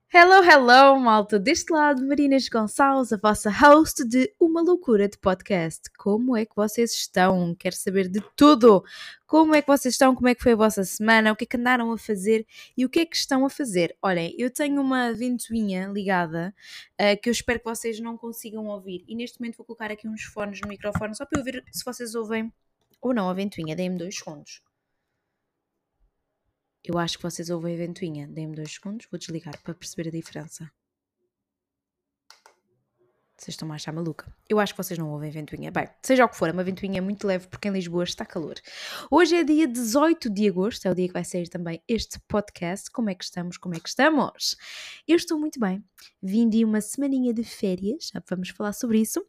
Hello, hello, malta! Deste lado, Marinas Gonçalves, a vossa host de Uma Loucura de Podcast. Como é que vocês estão? Quero saber de tudo! Como é que vocês estão? Como é que foi a vossa semana? O que é que andaram a fazer? E o que é que estão a fazer? Olhem, eu tenho uma ventoinha ligada que eu espero que vocês não consigam ouvir. E neste momento vou colocar aqui uns fones no microfone só para eu ver se vocês ouvem ou não a ventoinha. Deem-me 2 segundos. Eu acho que vocês ouvem a ventoinha. Deem-me 2 segundos, vou desligar para perceber a diferença. Vocês estão a achar maluca. Eu acho que vocês não ouvem ventoinha. Bem, seja o que for, é uma ventoinha muito leve porque em Lisboa está calor. Hoje é dia 18 de agosto, é o dia que vai sair também este podcast. Como é que estamos? Como é que estamos? Eu estou muito bem. Vim de uma semaninha de férias, já vamos falar sobre isso.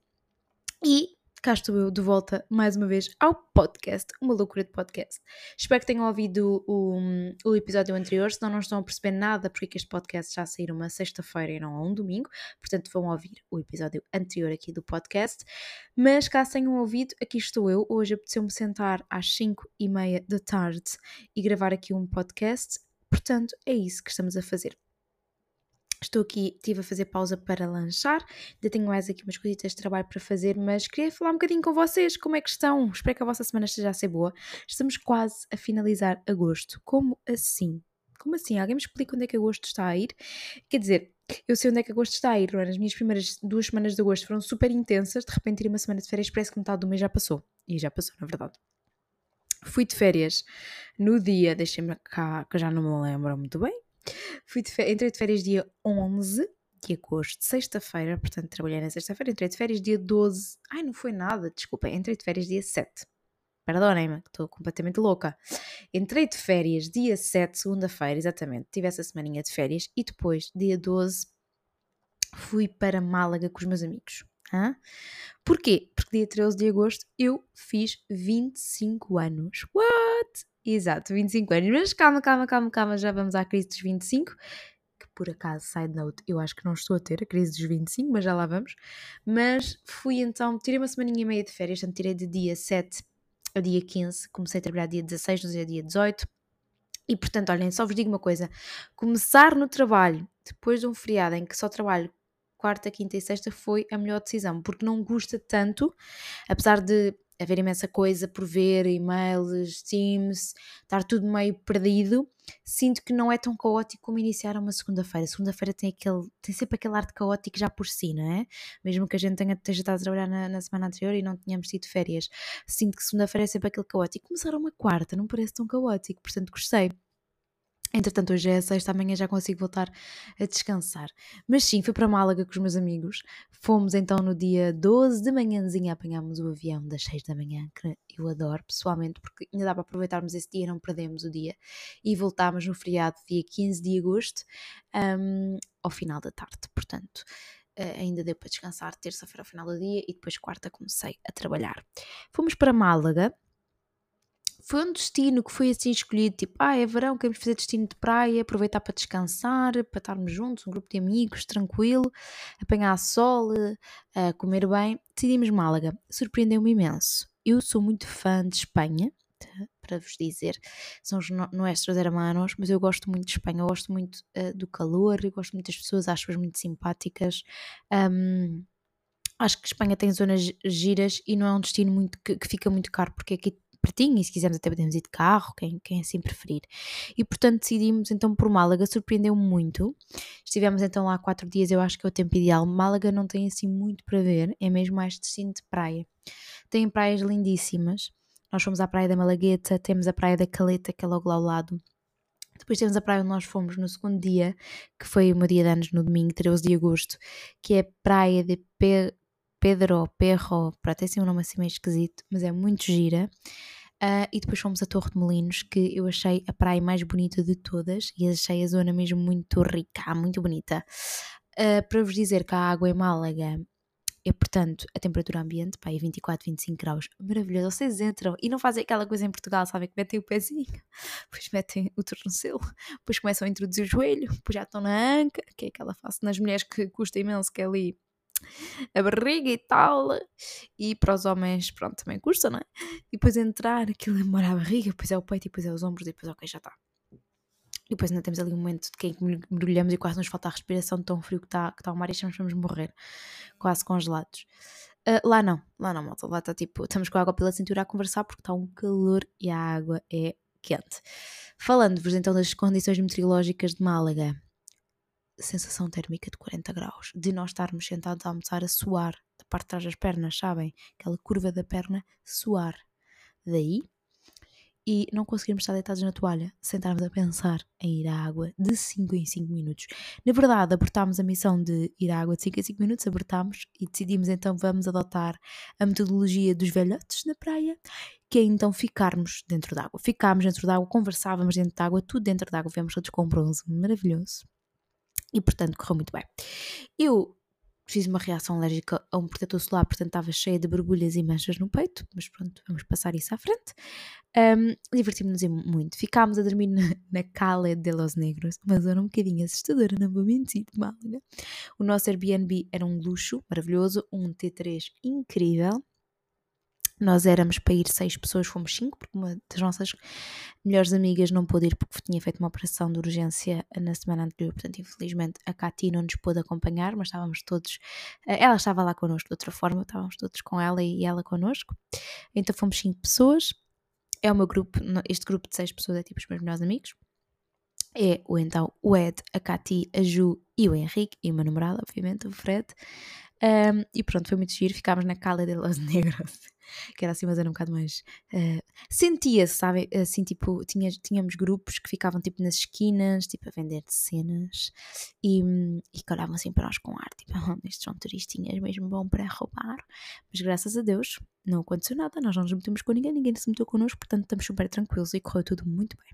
E cá estou eu de volta mais uma vez ao podcast, Uma Loucura de Podcast. Espero que tenham ouvido o episódio anterior, senão não estão a perceber nada porque é que este podcast já saiu uma sexta-feira e não a um domingo, portanto vão ouvir o episódio anterior aqui do podcast. Mas caso tenham ouvido, aqui estou eu. Hoje apeteceu-me sentar às 5:30 da tarde e gravar aqui um podcast, portanto é isso que estamos a fazer. Estou aqui, estive a fazer pausa para lanchar, ainda tenho mais aqui umas coisitas de trabalho para fazer, mas queria falar um bocadinho com vocês, como é que estão? Espero que a vossa semana esteja a ser boa. Estamos quase a finalizar agosto. Como assim? Como assim? Alguém me explica onde é que agosto está a ir? Quer dizer, eu sei onde é que agosto está a ir, não é? As minhas primeiras 2 semanas de agosto foram super intensas, de repente ir uma semana de férias parece que metade do mês já passou. E já passou, na verdade. Fui de férias no dia, deixem-me cá, que eu já não me lembro muito bem. Entrei de férias dia 11 de agosto, sexta-feira, portanto trabalhei na sexta-feira, entrei de férias dia 12, não foi nada, desculpem, entrei de férias dia 7, perdonem-me, estou completamente louca. Entrei de férias dia 7, segunda-feira, exatamente, tive essa semaninha de férias e depois, dia 12, fui para Málaga com os meus amigos. Porquê? Porque dia 13 de agosto eu fiz 25 anos. What? Exato, 25 anos. Mas calma, já vamos à crise dos 25, que por acaso, side note, eu acho que não estou a ter a crise dos 25, mas já lá vamos. Mas fui então, tirei uma semaninha e meia de férias, portanto tirei de dia 7 a dia 15, comecei a trabalhar dia 16, no dia 18. E portanto, olhem, só vos digo uma coisa, começar no trabalho, depois de um feriado em que só trabalho quarta, quinta e sexta, foi a melhor decisão, porque não gusta tanto, apesar de haver imensa coisa por ver, e-mails, Teams, estar tudo meio perdido, sinto que não é tão caótico como iniciar uma segunda-feira. Segunda-feira tem sempre aquele ar de caótico já por si, não é? Mesmo que a gente esteja estado a trabalhar na semana anterior e não tenhamos tido férias, sinto que segunda-feira é sempre aquele caótico. Começar uma quarta não parece tão caótico, portanto gostei. Entretanto, hoje é sexta, amanhã já consigo voltar a descansar. Mas sim, fui para Málaga com os meus amigos. Fomos então no dia 12 de manhãzinha, apanhámos o avião das 6 da manhã, que eu adoro pessoalmente, porque ainda dá para aproveitarmos esse dia, não perdemos o dia. E voltámos no feriado dia 15 de agosto, ao final da tarde. Portanto, ainda deu para descansar terça-feira ao final do dia e depois quarta comecei a trabalhar. Fomos para Málaga. Foi um destino que foi assim escolhido, tipo, é verão, queremos fazer destino de praia, aproveitar para descansar, para estarmos juntos, um grupo de amigos, tranquilo, apanhar sol, comer bem. Decidimos Málaga, surpreendeu-me imenso. Eu sou muito fã de Espanha, para vos dizer, são os nuestros hermanos, mas eu gosto muito de Espanha, eu gosto muito do calor, eu gosto muito das pessoas, acho-as muito simpáticas. Acho que Espanha tem zonas giras e não é um destino que fica muito caro, porque aqui pertinho, e se quisermos até podemos ir de carro, quem assim preferir. E portanto decidimos então por Málaga, surpreendeu-me muito. Estivemos então lá 4 dias, eu acho que é o tempo ideal. Málaga não tem assim muito para ver, é mesmo mais destino de praia. Tem praias lindíssimas. Nós fomos à praia da Malagueta, temos a praia da Caleta, que é logo lá ao lado. Depois temos a praia onde nós fomos no segundo dia, que foi o meu dia de anos no domingo, 13 de agosto, que é a praia de Perro, pronto, esse é um nome assim meio esquisito, mas é muito gira. E depois fomos a Torre de Molinos, que eu achei a praia mais bonita de todas e achei a zona mesmo muito rica, muito bonita. Para vos dizer que a água em Málaga é, portanto, a temperatura ambiente, pá, é 24, 25 graus, maravilhoso. Vocês entram e não fazem aquela coisa em Portugal, sabem, que metem o pezinho, depois metem o tornozelo, depois começam a introduzir o joelho, depois já estão na anca, que é aquela face nas mulheres que custa imenso, que é ali a barriga e tal, e para os homens, pronto, também custa, não é? E depois entrar, aquilo demora a barriga, depois é o peito, e depois é os ombros, e depois ok, já está. E depois ainda temos ali um momento de que mergulhamos e quase nos falta a respiração de tão frio que está o mar e achamos que vamos morrer, quase congelados. Lá não, malta. Lá está tipo, estamos com a água pela cintura a conversar porque está um calor e a água é quente. Falando-vos então das condições meteorológicas de Málaga, sensação térmica de 40 graus, de nós estarmos sentados a almoçar a suar, da parte de trás das pernas, sabem? Aquela curva da perna, suar. Daí, e não conseguirmos estar deitados na toalha, sentarmos a pensar em ir à água de 5 em 5 minutos. Na verdade, abortámos a missão de ir à água de 5 em 5 minutos, abortámos e decidimos então vamos adotar a metodologia dos velhotes na praia, que é então ficarmos dentro d'água. Ficámos dentro d'água, conversávamos dentro d'água, tudo dentro d'água, viemos todos com um bronze maravilhoso e portanto correu muito bem. Eu fiz uma reação alérgica a um protetor solar, portanto estava cheia de borbulhas e manchas no peito, mas pronto, vamos passar isso à frente. Divertimos-nos muito. Ficámos a dormir na Cala de los Negros, uma zona um bocadinho assustadora, não vou mentir, de Málaga. O nosso Airbnb era um luxo maravilhoso, um T3 incrível. Nós éramos para ir 6 pessoas, fomos 5, porque uma das nossas melhores amigas não pôde ir porque tinha feito uma operação de urgência na semana anterior, portanto infelizmente a Cati não nos pôde acompanhar, mas estávamos todos, ela estava lá connosco de outra forma, estávamos todos com ela e ela connosco, então fomos 5 pessoas, é o meu grupo, este grupo de 6 pessoas é tipo os meus melhores amigos, é então o Ed, a Cati, a Ju e o Henrique, e o meu namorado, obviamente, o Fred. E pronto, foi muito giro, ficámos na Cala de los Negros, que era assim uma zona um bocado mais... sentia-se, sabe, assim tipo, tínhamos grupos que ficavam tipo nas esquinas, tipo a vender cenas, e que olhavam assim para nós com ar, tipo, estes são turistinhas mesmo bom para roubar, mas graças a Deus não aconteceu nada, nós não nos metemos com ninguém se meteu connosco, portanto estamos super tranquilos e correu tudo muito bem.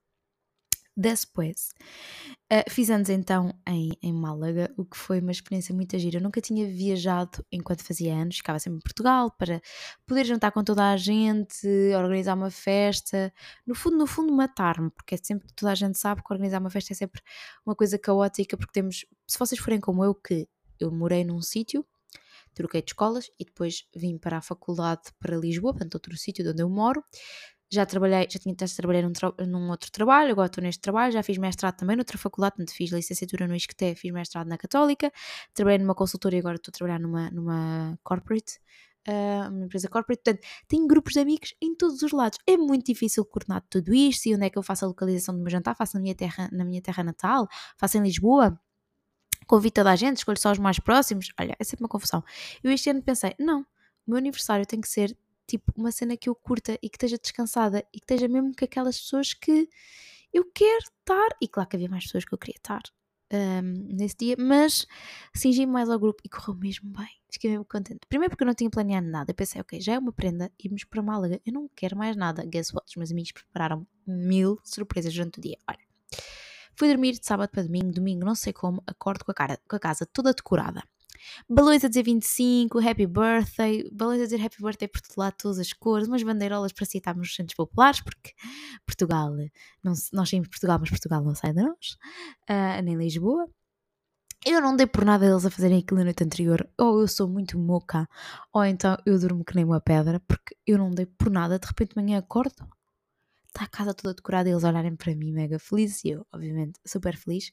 Depois, fiz anos então em Málaga, o que foi uma experiência muito gira. Eu nunca tinha viajado enquanto fazia anos, ficava sempre em Portugal para poder jantar com toda a gente, organizar uma festa, no fundo matar-me, porque é sempre que toda a gente sabe que organizar uma festa é sempre uma coisa caótica, porque temos, se vocês forem como eu, que eu morei num sítio, troquei de escolas e depois vim para a faculdade para Lisboa, portanto outro sítio de onde eu moro. Já trabalhei num outro trabalho, agora estou neste trabalho, já fiz mestrado também noutra faculdade, portanto fiz licenciatura no ISCTE, fiz mestrado na Católica, trabalhei numa consultora e agora estou a trabalhar numa corporate, uma empresa corporate, portanto tenho grupos de amigos em todos os lados, é muito difícil coordenar tudo isto, e onde é que eu faço a localização do meu jantar, faço na minha terra natal, faço em Lisboa, convido toda a gente, escolho só os mais próximos, olha, é sempre uma confusão. Eu este ano pensei, não, o meu aniversário tem que ser tipo uma cena que eu curta e que esteja descansada e que esteja mesmo com aquelas pessoas que eu quero estar, e claro que havia mais pessoas que eu queria estar nesse dia, mas cingi-me mais ao grupo e correu mesmo bem, fiquei mesmo contente. Primeiro porque eu não tinha planeado nada, eu pensei, ok, já é uma prenda, irmos para Málaga, eu não quero mais nada. Guess what? Os meus amigos prepararam 1000 surpresas durante o dia, olha. Fui dormir de sábado para domingo não sei como, acordo com a casa toda decorada. Balões a dizer 25, happy birthday, balões a dizer happy birthday por todo lado, todas as cores, umas bandeirolas para citarmos nos centros populares, porque Portugal, nós saímos de Portugal, mas Portugal não sai de nós, nem Lisboa. Eu não dei por nada deles a fazerem aquilo na noite anterior, ou eu sou muito moca, ou então eu durmo que nem uma pedra, porque eu não dei por nada, de repente de manhã acordo, está a casa toda decorada e eles olharem para mim mega felizes e eu, obviamente, super feliz.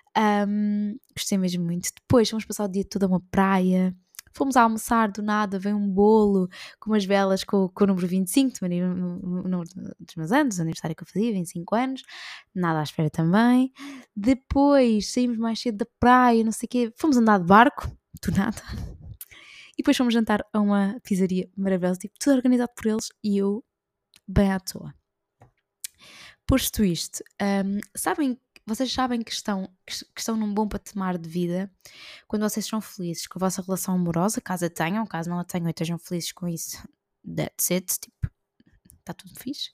Gostei mesmo muito. Depois fomos passar o dia todo a uma praia, fomos a almoçar do nada, veio um bolo com umas velas com o número 25, o número dos meus anos, o aniversário que eu fazia, 25 anos, nada à espera também. Depois saímos mais cedo da praia, não sei o quê, fomos andar de barco, do nada. E depois fomos jantar a uma pizzaria maravilhosa, tipo, tudo organizado por eles e eu bem à toa. Posto isto, vocês sabem que estão num bom patamar de vida quando vocês são felizes com a vossa relação amorosa, caso a tenham, caso não a tenham e estejam felizes com isso, that's it, tipo, está tudo fixe.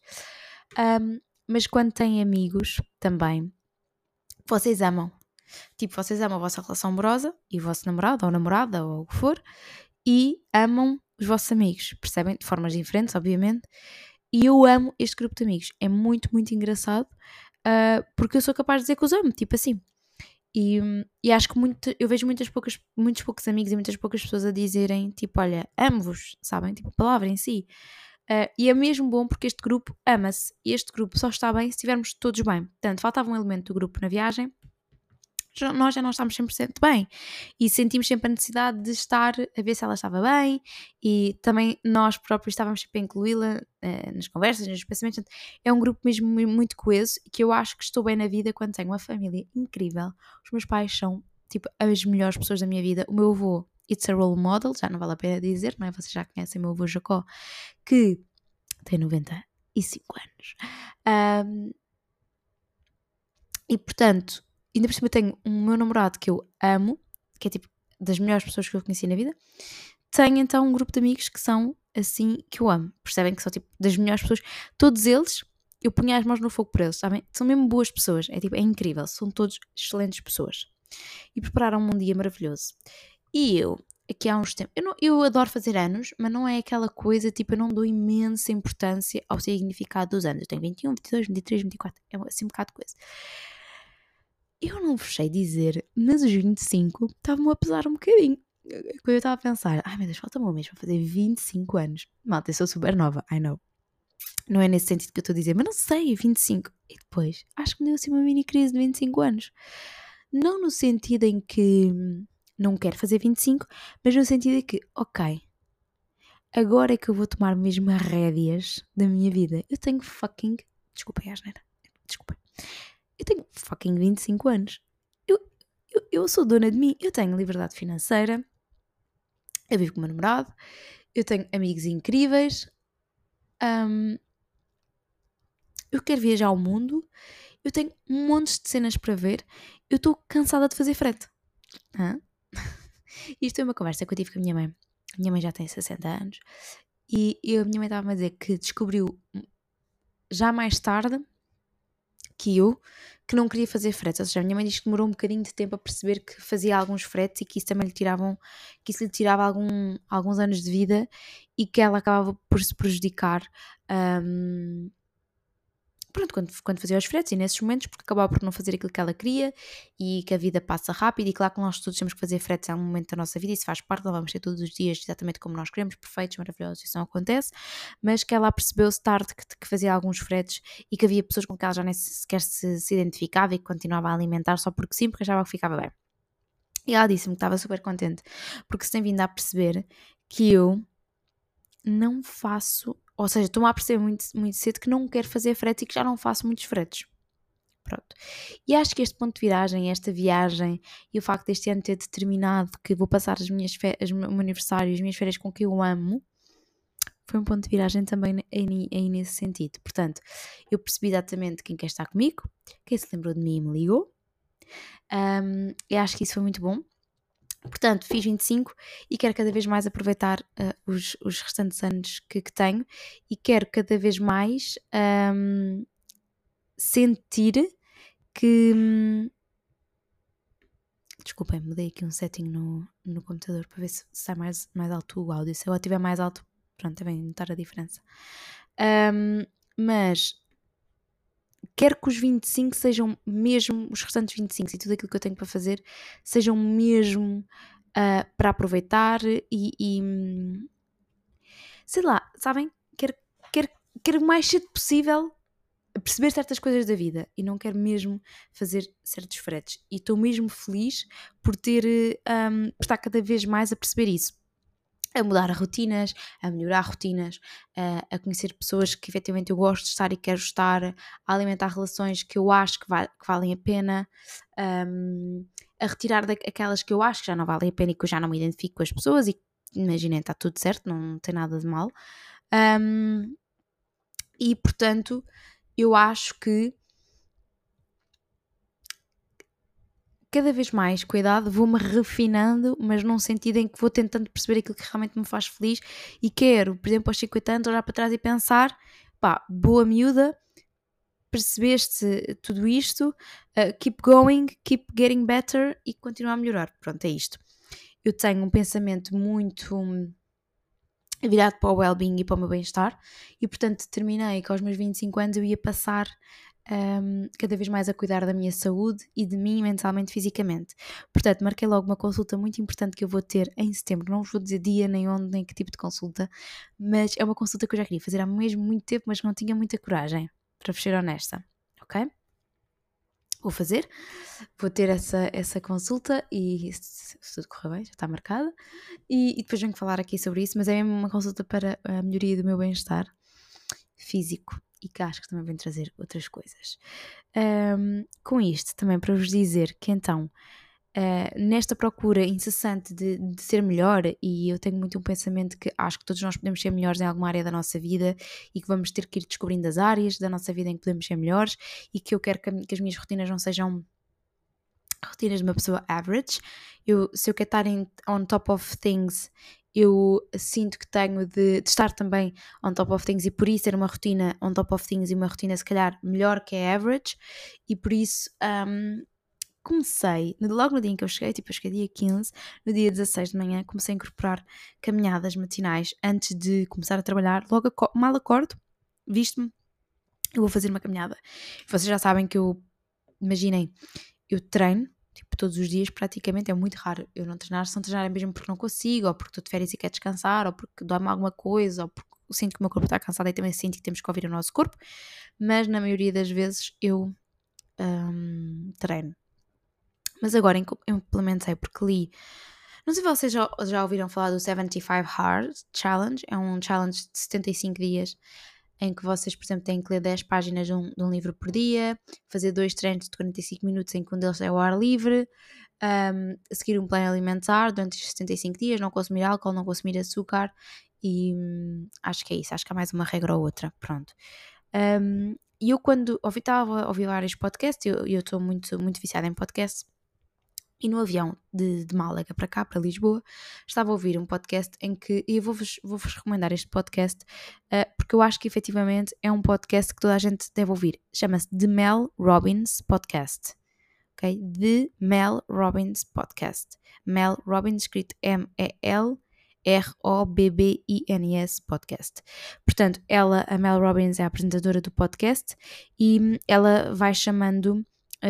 Mas quando têm amigos também, vocês amam. Tipo, vocês amam a vossa relação amorosa e o vosso namorado ou namorada ou o que for e amam os vossos amigos, percebem? De formas diferentes, obviamente. E eu amo este grupo de amigos. É muito, muito engraçado porque eu sou capaz de dizer que os amo, tipo assim. E acho que eu vejo muitos poucos amigos e muitas poucas pessoas a dizerem, tipo, olha, amo-vos, sabem? Tipo, a palavra em si. E é mesmo bom porque este grupo ama-se. E este grupo só está bem se estivermos todos bem. Portanto, faltava um elemento do grupo na viagem. Nós já não estávamos 100% bem e sentimos sempre a necessidade de estar a ver se ela estava bem e também nós próprios estávamos sempre a incluí-la nas conversas, nos pensamentos. Portanto, é um grupo mesmo muito coeso e que eu acho que estou bem na vida quando tenho uma família incrível. Os meus pais são tipo as melhores pessoas da minha vida. O meu avô, it's a role model, já não vale a pena dizer, não é? Vocês já conhecem o meu avô Jacó, que tem 95 anos. E portanto, ainda por cima tenho um meu namorado que eu amo, que é tipo das melhores pessoas que eu conheci na vida. Tenho então um grupo de amigos que são assim que eu amo. Percebem que são tipo das melhores pessoas. Todos eles, eu punha as mãos no fogo por eles, sabem? São mesmo boas pessoas. É tipo, é incrível. São todos excelentes pessoas. E prepararam-me um dia maravilhoso. E eu, aqui há uns tempos, eu adoro fazer anos, mas não é aquela coisa, tipo, eu não dou imensa importância ao significado dos anos. Eu tenho 21, 22, 23, 24. É assim um bocado de coisa. Eu não vos sei dizer, mas os 25 estavam a pesar um bocadinho. Quando eu estava a pensar, ai meu Deus, falta-me um mês para fazer 25 anos. Malta, eu sou super nova, I know. Não é nesse sentido que eu estou a dizer, mas não sei, 25. E depois, acho que me deu assim uma mini crise de 25 anos. Não no sentido em que não quero fazer 25, mas no sentido em que, ok, agora é que eu vou tomar mesmo as rédeas da minha vida. Eu tenho fucking... Desculpem, asneira. Desculpem. Eu tenho fucking 25 anos. Eu sou dona de mim. Eu tenho liberdade financeira. Eu vivo com o meu namorado. Eu tenho amigos incríveis. Eu quero viajar ao mundo. Eu tenho um monte de cenas para ver. Eu estou cansada de fazer frete. Isto é uma conversa que eu tive com a minha mãe. A minha mãe já tem 60 anos. E a minha mãe estava a dizer que descobriu já mais tarde que eu, que não queria fazer fretes. Ou seja, a minha mãe diz que demorou um bocadinho de tempo a perceber que fazia alguns fretes e que isso também lhe tirava alguns anos de vida e que ela acabava por se prejudicar pronto, quando fazia os fretes e nesses momentos, porque acabava por não fazer aquilo que ela queria e que a vida passa rápido e claro que nós todos temos que fazer fretes a um momento da nossa vida, isso faz parte, não vamos ter todos os dias exatamente como nós queremos, perfeitos, maravilhosos, isso não acontece, mas que ela percebeu-se tarde que fazia alguns fretes e que havia pessoas com que ela já nem sequer se identificava e que continuava a alimentar só porque sim, porque achava que ficava bem. E ela disse-me que estava super contente porque se tem vindo a perceber que eu não faço, ou seja, estou-me a perceber muito, muito cedo que não quero fazer frete e que já não faço muitos fretes. Pronto. E acho que este ponto de viragem, esta viagem e o facto deste ano ter determinado que vou passar o meu aniversário, as minhas férias com quem eu amo, foi um ponto de viragem também aí nesse sentido. Portanto, eu percebi exatamente quem quer estar comigo, quem se lembrou de mim e me ligou. E acho que isso foi muito bom. Portanto, fiz 25 e quero cada vez mais aproveitar os restantes anos que tenho e quero cada vez mais sentir que... Desculpem, mudei aqui um setting no computador para ver se sai mais alto o áudio. Se eu estiver mais alto, pronto, devem notar a diferença. Mas quero que os 25 sejam mesmo, os restantes 25 e tudo aquilo que eu tenho para fazer, sejam mesmo para aproveitar e sei lá, sabem? Quero o mais cedo possível perceber certas coisas da vida e não quero mesmo fazer certos fretes. E estou mesmo feliz por por estar cada vez mais a perceber isso. A mudar rotinas, a melhorar rotinas, a conhecer pessoas que efetivamente eu gosto de estar e quero estar, a alimentar relações que eu acho que valem a pena, a retirar aquelas que eu acho que já não valem a pena e que eu já não me identifico com as pessoas e imaginem, está tudo certo, não tem nada de mal. E portanto, eu acho que cada vez mais, cuidado, vou-me refinando, mas num sentido em que vou tentando perceber aquilo que realmente me faz feliz e quero, por exemplo, aos 50 anos, olhar para trás e pensar, pá, boa miúda, percebeste tudo isto, keep going, keep getting better e continuar a melhorar. Pronto, é isto. Eu tenho um pensamento muito virado para o well-being e para o meu bem-estar e, portanto, determinei que aos meus 25 anos eu ia passar cada vez mais a cuidar da minha saúde e de mim mentalmente e fisicamente. Portanto, marquei logo uma consulta muito importante que eu vou ter em setembro. Não vos vou dizer dia, nem onde, nem que tipo de consulta, mas é uma consulta que eu já queria fazer há mesmo muito tempo, mas não tinha muita coragem, para vos ser honesta, ok? Vou fazer, vou ter essa consulta e se tudo correr bem, já está marcada, e depois venho falar aqui sobre isso, mas é mesmo uma consulta para a melhoria do meu bem-estar físico e que acho que também vem trazer outras coisas. Com isto, também para vos dizer que então, nesta procura incessante de ser melhor, e eu tenho muito um pensamento que acho que todos nós podemos ser melhores em alguma área da nossa vida e que vamos ter que ir descobrindo as áreas da nossa vida em que podemos ser melhores, e que eu quero que as minhas rotinas não sejam rotinas de uma pessoa average. Se eu quero estar on top of things, eu sinto que tenho de estar também on top of things, e por isso ter uma rotina on top of things e uma rotina se calhar melhor que a average. E por isso comecei, logo no dia em que eu cheguei, tipo eu cheguei dia 15, no dia 16 de manhã comecei a incorporar caminhadas matinais antes de começar a trabalhar. Logo mal acordo, visto-me, eu vou fazer uma caminhada. Vocês já sabem que imaginem, eu treino tipo todos os dias praticamente, é muito raro eu não treinar, se não treinar é mesmo porque não consigo, ou porque estou de férias e quero descansar, ou porque dói-me alguma coisa, ou porque sinto que o meu corpo está cansado e também sinto que temos que ouvir o nosso corpo, mas na maioria das vezes eu treino. Mas agora implementei porque li, não sei se vocês já ouviram falar do 75 Hard Challenge, é um challenge de 75 dias em que vocês, por exemplo, têm que ler 10 páginas de um livro por dia, fazer 2 treinos de 45 minutos em que um deles é ao ar livre, seguir um plano alimentar durante os 75 dias, não consumir álcool, não consumir açúcar, e acho que é isso, acho que há mais uma regra ou outra, pronto. E eu quando estava a ouvir vários podcasts, eu estou muito, muito viciada em podcasts, e no avião de Málaga para cá, para Lisboa, estava a ouvir um podcast em que, e eu vou-vos recomendar este podcast, porque eu acho que efetivamente é um podcast que toda a gente deve ouvir. Chama-se The Mel Robbins Podcast. Ok? The Mel Robbins Podcast. Mel Robbins, escrito M-E-L-R-O-B-B-I-N-S Podcast. Portanto, a Mel Robbins é a apresentadora do podcast e ela vai chamando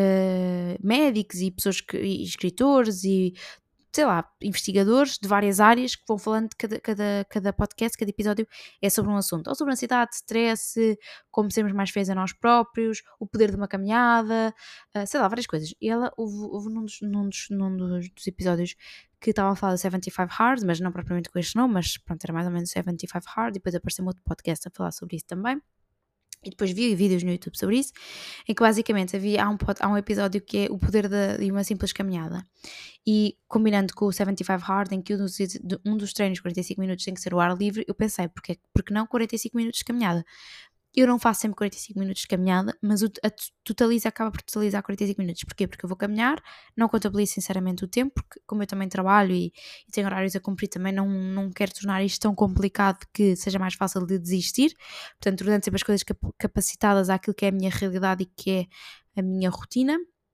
médicos e pessoas e escritores e sei lá, investigadores de várias áreas que vão falando de cada podcast, cada episódio é sobre um assunto, ou sobre ansiedade, stress, como sermos mais fiéis a nós próprios, o poder de uma caminhada, sei lá, várias coisas. E ela houve num dos episódios que estavam a falar do 75 Hard, mas não propriamente com este nome, mas pronto, era mais ou menos 75 Hard, e depois apareceu outro podcast a falar sobre isso também. E depois vi vídeos no YouTube sobre isso, em que basicamente há um episódio que é o poder de uma simples caminhada. E combinando com o 75 Hard, em que um dos treinos 45 minutos tem que ser o ar livre, eu pensei, porque não 45 minutos de caminhada? Eu não faço sempre 45 minutos de caminhada, mas acaba por totalizar 45 minutos. Porquê? Porque eu vou caminhar, não contabilizo sinceramente o tempo, porque como eu também trabalho e tenho horários a cumprir, também não quero tornar isto tão complicado que seja mais fácil de desistir. Portanto, tornando sempre as coisas capacitadas àquilo que é a minha realidade e que é a minha rotina.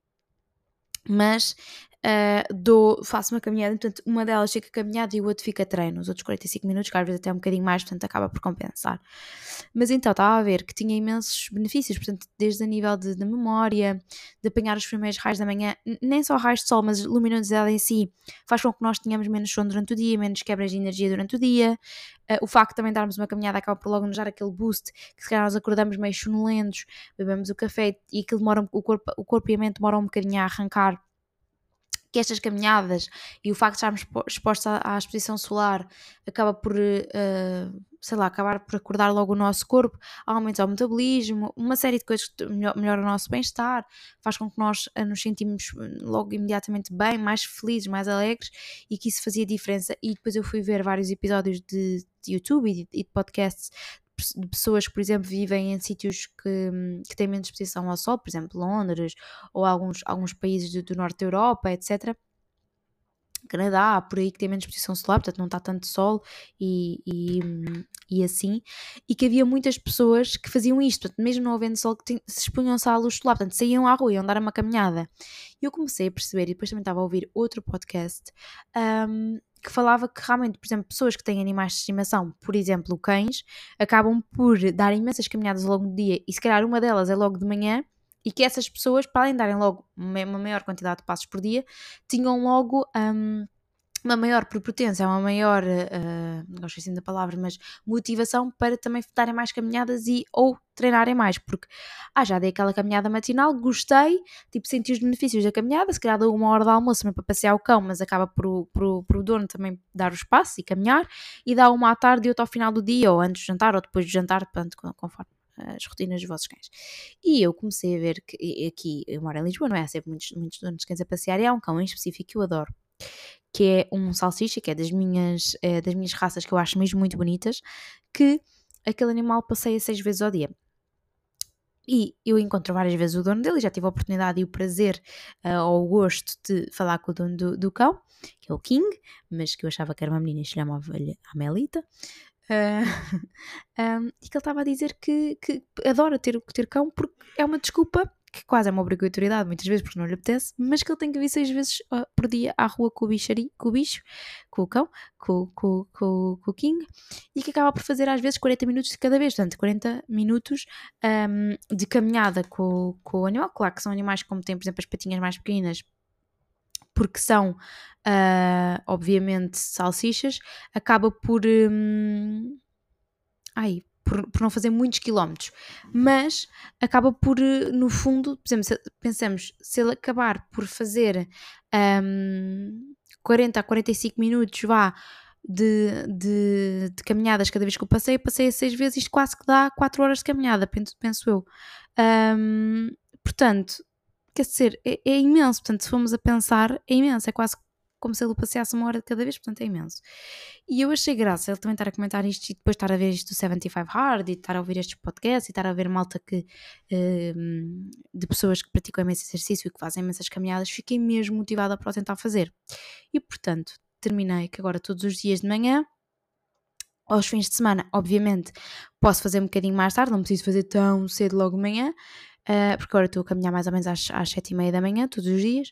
Mas faço uma caminhada, portanto uma delas fica caminhada e o outro fica treino, os outros 45 minutos, que às vezes até um bocadinho mais, portanto acaba por compensar. Mas então estava a ver que tinha imensos benefícios, portanto desde a nível de memória, de apanhar os primeiros raios da manhã, nem só raios de sol, mas luminosidade em si, faz com que nós tenhamos menos sono durante o dia, menos quebras de energia durante o dia. O facto de também darmos uma caminhada acaba por logo nos dar aquele boost, que se calhar nós acordamos meio sonolentos, bebemos o café e aquilo o corpo e a mente demoram um bocadinho a arrancar, que estas caminhadas e o facto de estarmos expostos à exposição solar acaba por, acabar por acordar logo o nosso corpo, aumenta o metabolismo, uma série de coisas que melhora o nosso bem-estar, faz com que nós nos sentimos logo imediatamente bem, mais felizes, mais alegres, e que isso fazia diferença. E depois eu fui ver vários episódios de YouTube e de podcasts de pessoas que, por exemplo, vivem em sítios que têm menos exposição ao sol, por exemplo, Londres ou alguns países do norte da Europa, etc. Canadá, por aí, que tem menos exposição solar, portanto não está tanto sol e assim, e que havia muitas pessoas que faziam isto, portanto, mesmo não havendo sol, que se expunham-se à luz solar, portanto saíam à rua, iam dar uma caminhada. E eu comecei a perceber, e depois também estava a ouvir outro podcast, que falava que realmente, por exemplo, pessoas que têm animais de estimação, por exemplo, cães, acabam por dar imensas caminhadas ao longo do dia, e se calhar uma delas é logo de manhã, E que essas pessoas, para além de darem logo uma maior quantidade de passos por dia, tinham logo uma maior prepotência, uma maior, não gosto assim da palavra, mas motivação para também darem mais caminhadas ou treinarem mais, porque já dei aquela caminhada matinal, gostei, tipo, senti os benefícios da caminhada, se calhar dou uma hora de almoço também para passear o cão, mas acaba por o dono também dar o espaço e caminhar, e dá uma à tarde e outra ao final do dia, ou antes do jantar, ou depois do jantar, portanto, conforme as rotinas dos vossos cães. E eu comecei a ver que aqui, eu moro em Lisboa, não é? Há sempre muitos donos de cães a passear, e há um cão em específico que eu adoro, que é um salsicha, que é das minhas raças que eu acho mesmo muito bonitas, que aquele animal passeia 6 vezes ao dia. E eu encontro várias vezes o dono dele, já tive a oportunidade e o prazer ou o gosto de falar com o dono do cão, que é o King, mas que eu achava que era uma menina e se chamava-lhe Amelita. E que ele estava a dizer que adora ter cão porque é uma desculpa, que quase é uma obrigatoriedade muitas vezes porque não lhe apetece, mas que ele tem que vir 6 vezes por dia à rua com o bicho, com o cão, com o King, e que acaba por fazer às vezes 40 minutos de cada vez, portanto 40 minutos de caminhada com o animal. Claro que são animais como têm, por exemplo, as patinhas mais pequenas, porque são obviamente salsichas, acaba por por não fazer muitos quilómetros, mas acaba por, no fundo, por exemplo, pensamos, se ele acabar por fazer 40 a 45 minutos de caminhadas cada vez que eu passei 6 vezes, isto quase que dá 4 horas de caminhada, penso eu. Portanto, quer dizer, é imenso, portanto, se formos a pensar, é imenso, é quase como se ele passeasse 1 hora de cada vez, portanto é imenso. E eu achei graça ele também estar a comentar isto e depois estar a ver isto do 75 Hard e estar a ouvir estes podcasts e estar a ver malta de pessoas que praticam imenso exercício e que fazem imensas caminhadas. Fiquei mesmo motivada para o tentar fazer. E portanto, terminei que agora todos os dias de manhã, aos fins de semana, obviamente, posso fazer um bocadinho mais tarde, não preciso fazer tão cedo logo de manhã, porque agora estou a caminhar mais ou menos às 7h30 da manhã, todos os dias.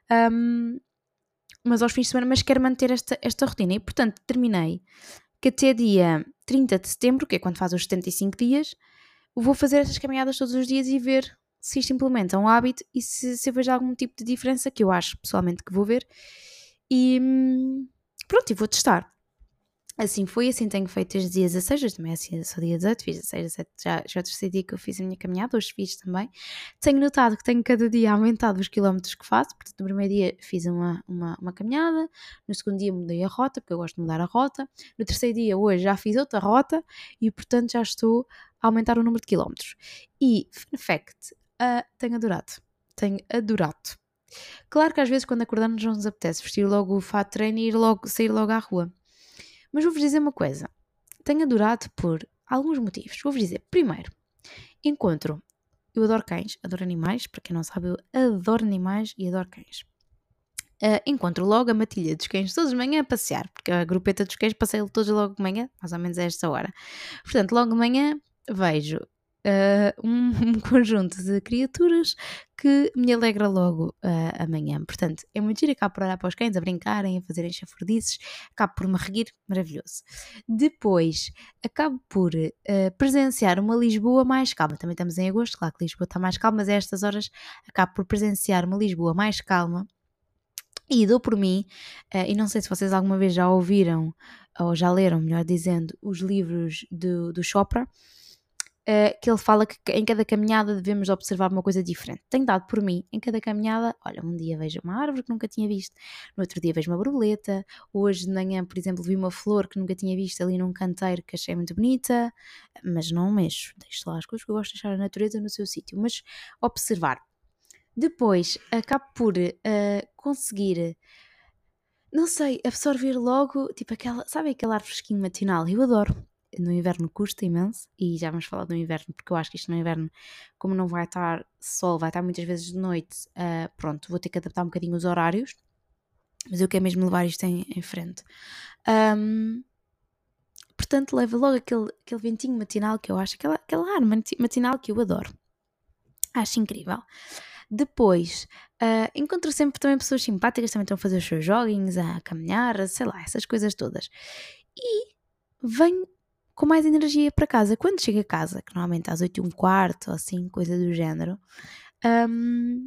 Mas aos fins de semana, mas quero manter esta rotina e portanto terminei que até dia 30 de setembro, que é quando faz os 75 dias, vou fazer estas caminhadas todos os dias e ver se isto implementa um hábito e se eu vejo algum tipo de diferença, que eu acho pessoalmente que vou ver, e pronto, e vou testar. Assim foi, assim tenho feito estes dias 16, hoje também é assim, só dia 18, fiz 16, 17, já é o terceiro dia que eu fiz a minha caminhada, hoje fiz também. Tenho notado que tenho cada dia aumentado os quilómetros que faço, portanto no primeiro dia fiz uma caminhada, no segundo dia mudei a rota, porque eu gosto de mudar a rota, no terceiro dia hoje já fiz outra rota e portanto já estou a aumentar o número de quilómetros. E, fun fact, tenho adorado. Claro que às vezes quando acordamos não nos apetece vestir logo o fato de treino e sair logo à rua. Mas vou-vos dizer uma coisa, tenho adorado por alguns motivos. Vou-vos dizer, primeiro, eu adoro cães, adoro animais, para quem não sabe, eu adoro animais e adoro cães. Encontro logo a matilha dos cães todos de manhã a passear, porque a grupeta dos cães passei todos logo de manhã, mais ou menos a esta hora. Portanto, logo de manhã vejo um conjunto de criaturas que me alegra logo amanhã. Portanto, é muito giro, acabo por olhar para os cães a brincarem, a fazerem chafurdices, acabo por me reguir, maravilhoso. Depois, acabo por presenciar uma Lisboa mais calma. Também estamos em agosto, claro que Lisboa está mais calma, mas a estas horas acabo por presenciar uma Lisboa mais calma. E dou por mim, e não sei se vocês alguma vez já ouviram, ou já leram, melhor dizendo, os livros do Chopra, que ele fala que em cada caminhada devemos observar uma coisa diferente. Tenho dado por mim, em cada caminhada, olha, um dia vejo uma árvore que nunca tinha visto, no outro dia vejo uma borboleta, hoje de manhã, por exemplo, vi uma flor que nunca tinha visto ali num canteiro que achei muito bonita, mas não mexo, deixo lá as coisas que eu gosto de deixar a natureza no seu sítio, mas observar. Depois, acabo por conseguir, não sei, absorver logo, tipo sabe aquele ar fresquinho matinal? Eu adoro. No inverno custa imenso, e já vamos falar do inverno, porque eu acho que isto no inverno, como não vai estar sol, vai estar muitas vezes de noite, pronto, vou ter que adaptar um bocadinho os horários, mas eu quero mesmo levar isto em frente. Portanto, leva logo aquele ventinho matinal que eu acho, aquele ar matinal que eu adoro. Acho incrível. Depois, encontro sempre também pessoas simpáticas, também estão a fazer os seus joggings, a caminhar, sei lá, essas coisas todas. E venho com mais energia para casa. Quando chego a casa, que normalmente às 8h15 ou assim, coisa do género, hum,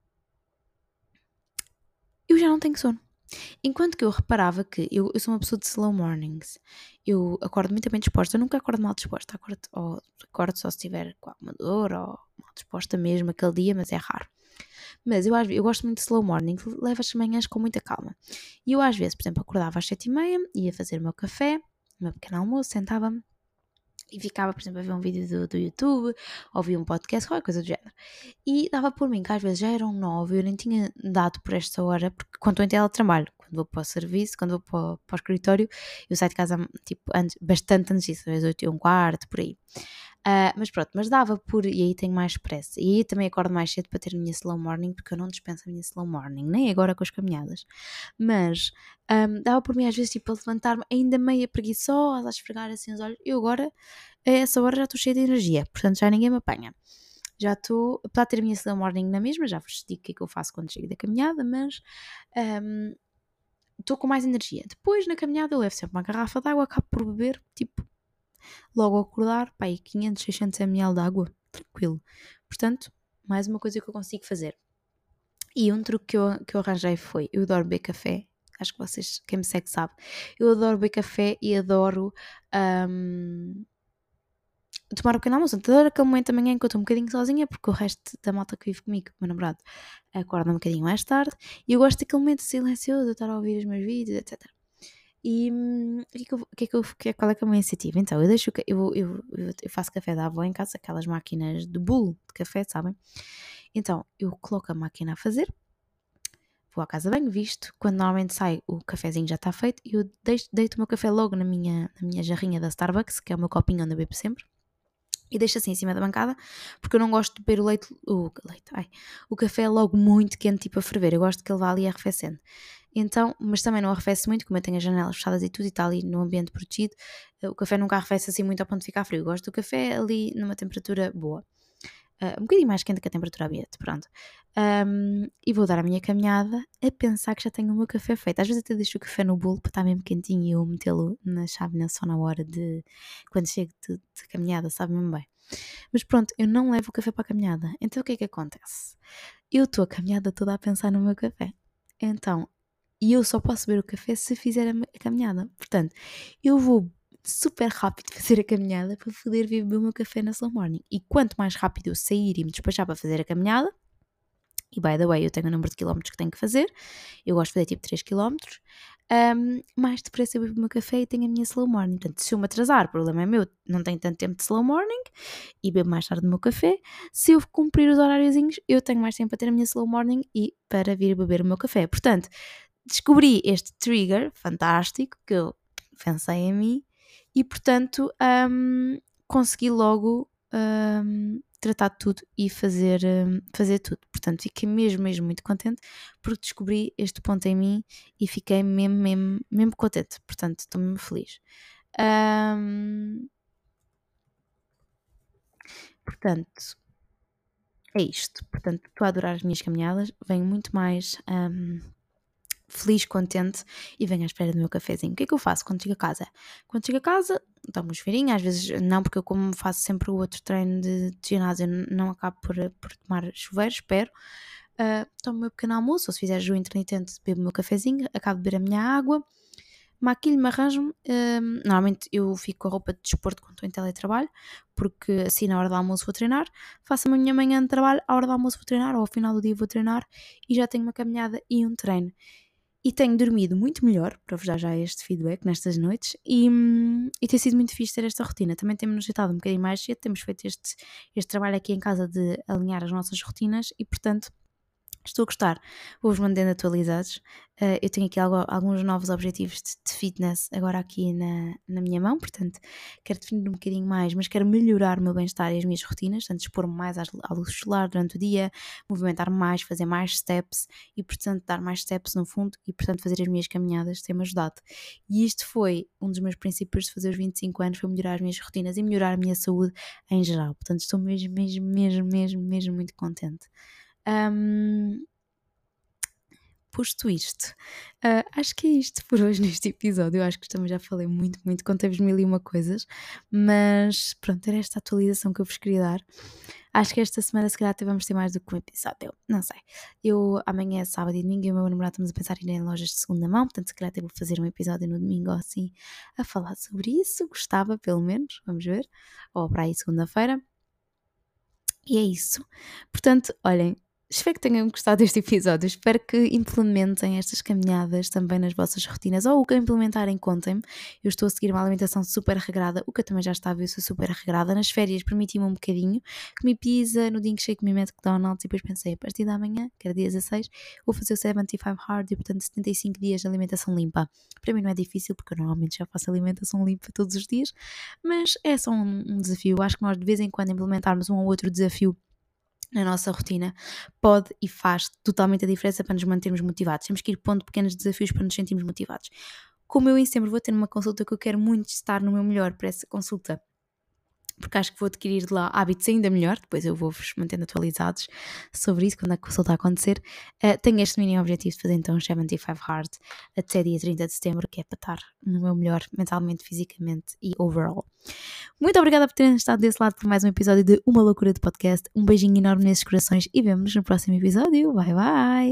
eu já não tenho sono. Enquanto que eu reparava que eu sou uma pessoa de slow mornings, eu acordo muito bem disposta, eu nunca acordo mal disposta, acordo só se estiver com alguma dor ou mal disposta mesmo aquele dia, mas é raro. Mas eu gosto muito de slow morning, levo as manhãs com muita calma. E eu às vezes, por exemplo, acordava às 7h30, ia fazer o meu café, o meu pequeno almoço, sentava-me e ficava, por exemplo, a ver um vídeo do YouTube, ouvia um podcast, qualquer coisa do género. E dava por mim que às vezes já eram 9, eu nem tinha dado por esta hora, porque quando estou em teletrabalho, quando vou para o serviço, quando vou para o escritório, eu saio de casa tipo, bastante antes disso, às vezes 8h15, por aí. Mas pronto, mas dava por, e aí tenho mais pressa. E aí também acordo mais cedo para ter a minha slow morning, porque eu não dispenso a minha slow morning, nem agora com as caminhadas. Mas dava por mim às vezes tipo a levantar-me ainda meia preguiçosa, a esfregar assim os olhos. Eu agora, a essa hora já estou cheia de energia, portanto já ninguém me apanha. Já estou, para ter a minha slow morning na mesma, já vos digo o que é que eu faço quando chego da caminhada, mas estou com mais energia. Depois na caminhada eu levo sempre uma garrafa de água, acabo por beber, tipo, logo ao acordar, pá, aí 500, 600 ml de água, tranquilo. Portanto, mais uma coisa que eu consigo fazer. E um truque que eu arranjei foi, eu adoro beber café, acho que vocês, quem me segue sabe, eu adoro beber café e adoro tomar um pequeno almoço. Adoro aquele momento da manhã em que eu estou um bocadinho sozinha, porque o resto da malta que vive comigo, o meu namorado, acorda um bocadinho mais tarde, e eu gosto daquele momento silencioso, de estar a ouvir os meus vídeos, etc. E qual é que é a minha iniciativa? Então, eu deixo, eu faço café da avó em casa, aquelas máquinas de bolo de café, sabem? Então, eu coloco a máquina a fazer, vou à casa de banho, visto, quando normalmente sai o cafezinho já está feito, e eu deito o meu café logo na minha jarrinha da Starbucks, que é o meu copinho onde eu bebo sempre, e deixo assim em cima da bancada, porque eu não gosto de beber o café logo muito quente, tipo a ferver, eu gosto que ele vá ali arrefecendo. Então, mas também não arrefece muito, como eu tenho as janelas fechadas e tudo e está ali no ambiente protegido, o café nunca arrefece assim muito ao ponto de ficar frio. Eu gosto do café ali numa temperatura boa. Um bocadinho mais quente que a temperatura ambiente, pronto. E vou dar a minha caminhada a pensar que já tenho o meu café feito. Às vezes até deixo o café no bolo para estar mesmo quentinho e eu metê-lo na chávena só na hora de, quando chego de caminhada, sabe mesmo bem. Mas pronto, eu não levo o café para a caminhada. Então o que é que acontece? Eu estou a caminhada toda a pensar no meu café. Então, e eu só posso beber o café se fizer a caminhada. Portanto, eu vou super rápido fazer a caminhada para poder beber o meu café na slow morning. E quanto mais rápido eu sair e me despachar para fazer a caminhada, e by the way, eu tenho o número de quilómetros que tenho que fazer, eu gosto de fazer tipo 3 quilómetros, mais depressa eu bebo o meu café e tenho a minha slow morning. Portanto, se eu me atrasar, o problema é meu, não tenho tanto tempo de slow morning e bebo mais tarde o meu café. Se eu cumprir os horáriozinhos, eu tenho mais tempo para ter a minha slow morning e para vir beber o meu café. Portanto, descobri este trigger fantástico que eu pensei em mim e, portanto, consegui logo tratar de tudo e fazer tudo. Portanto, fiquei mesmo muito contente porque descobri este ponto em mim e fiquei mesmo contente. Portanto, estou mesmo feliz. Portanto, é isto. Portanto, estou a adorar as minhas caminhadas. Venho muito mais feliz, contente e venho à espera do meu cafezinho. O que é que eu faço quando chego a casa? Quando chego a casa, tomo um chuveirinho, às vezes não, porque eu como faço sempre o outro treino de ginásio, não acabo por tomar chuveiro, espero. Tomo o meu pequeno almoço, ou se fizer jejum intermitente, bebo o meu cafezinho, acabo de beber a minha água, maquilho-me, arranjo-me. Normalmente eu fico com a roupa de desporto quando estou em teletrabalho, porque assim na hora do almoço vou treinar, faço a minha manhã de trabalho, à hora do almoço vou treinar, ou ao final do dia vou treinar, e já tenho uma caminhada e um treino. E tenho dormido muito melhor, para vos dar já este feedback nestas noites, e tem sido muito fixe ter esta rotina. Também temos nos deitado um bocadinho mais cedo, temos feito este trabalho aqui em casa de alinhar as nossas rotinas e, portanto, estou a gostar, vou-vos mantendo atualizados. Eu tenho aqui alguns novos objetivos de fitness agora aqui na minha mão, portanto quero definir um bocadinho mais, mas quero melhorar o meu bem-estar e as minhas rotinas, portanto expor-me mais à luz solar durante o dia, movimentar mais, fazer mais steps e portanto dar mais steps no fundo e portanto fazer as minhas caminhadas tem-me ajudado. E isto foi um dos meus princípios de fazer os 25 anos, foi melhorar as minhas rotinas e melhorar a minha saúde em geral, portanto estou mesmo muito contente. posto isto, acho que é isto por hoje neste episódio. Eu acho que também já falei muito, contei-vos mil e uma coisas, mas pronto, era esta atualização que eu vos queria dar. Acho que esta semana se calhar até vamos ter mais do que um episódio, não sei. Eu amanhã é sábado e domingo e o meu namorado estamos a pensar em ir em lojas de segunda mão, portanto se calhar até vou fazer um episódio no domingo ou assim a falar sobre isso, gostava pelo menos, vamos ver, ou para aí segunda-feira. E é isso. Portanto, olhem, espero que tenham gostado deste episódio. Espero que implementem estas caminhadas também nas vossas rotinas. Ou o que implementarem, contem-me. Eu estou a seguir uma alimentação super regrada, o que eu também já estava, eu sou super regrada. Nas férias permiti-me um bocadinho. Comi pizza, no dia em que cheguei comi McDonald's e depois pensei, a partir da manhã, que era dia 16, vou fazer o 75 Hard e portanto 75 dias de alimentação limpa. Para mim não é difícil porque eu normalmente já faço alimentação limpa todos os dias, mas é só um desafio. Eu acho que nós de vez em quando implementarmos um ou outro desafio na nossa rotina pode e faz totalmente a diferença para nos mantermos motivados. Temos que ir pondo pequenos desafios para nos sentirmos motivados. Como eu em setembro vou ter uma consulta que eu quero muito estar no meu melhor para essa consulta, porque acho que vou adquirir de lá hábitos ainda melhor, depois eu vou-vos mantendo atualizados sobre isso quando a consulta acontecer. Tenho este mini objetivo de fazer então 75 Hard até dia 30 de setembro, que é para estar no meu melhor mentalmente, fisicamente e overall. Muito obrigada por terem estado desse lado por mais um episódio de Uma Loucura de Podcast. Um beijinho enorme nesses corações e vemo-nos no próximo episódio. Bye bye!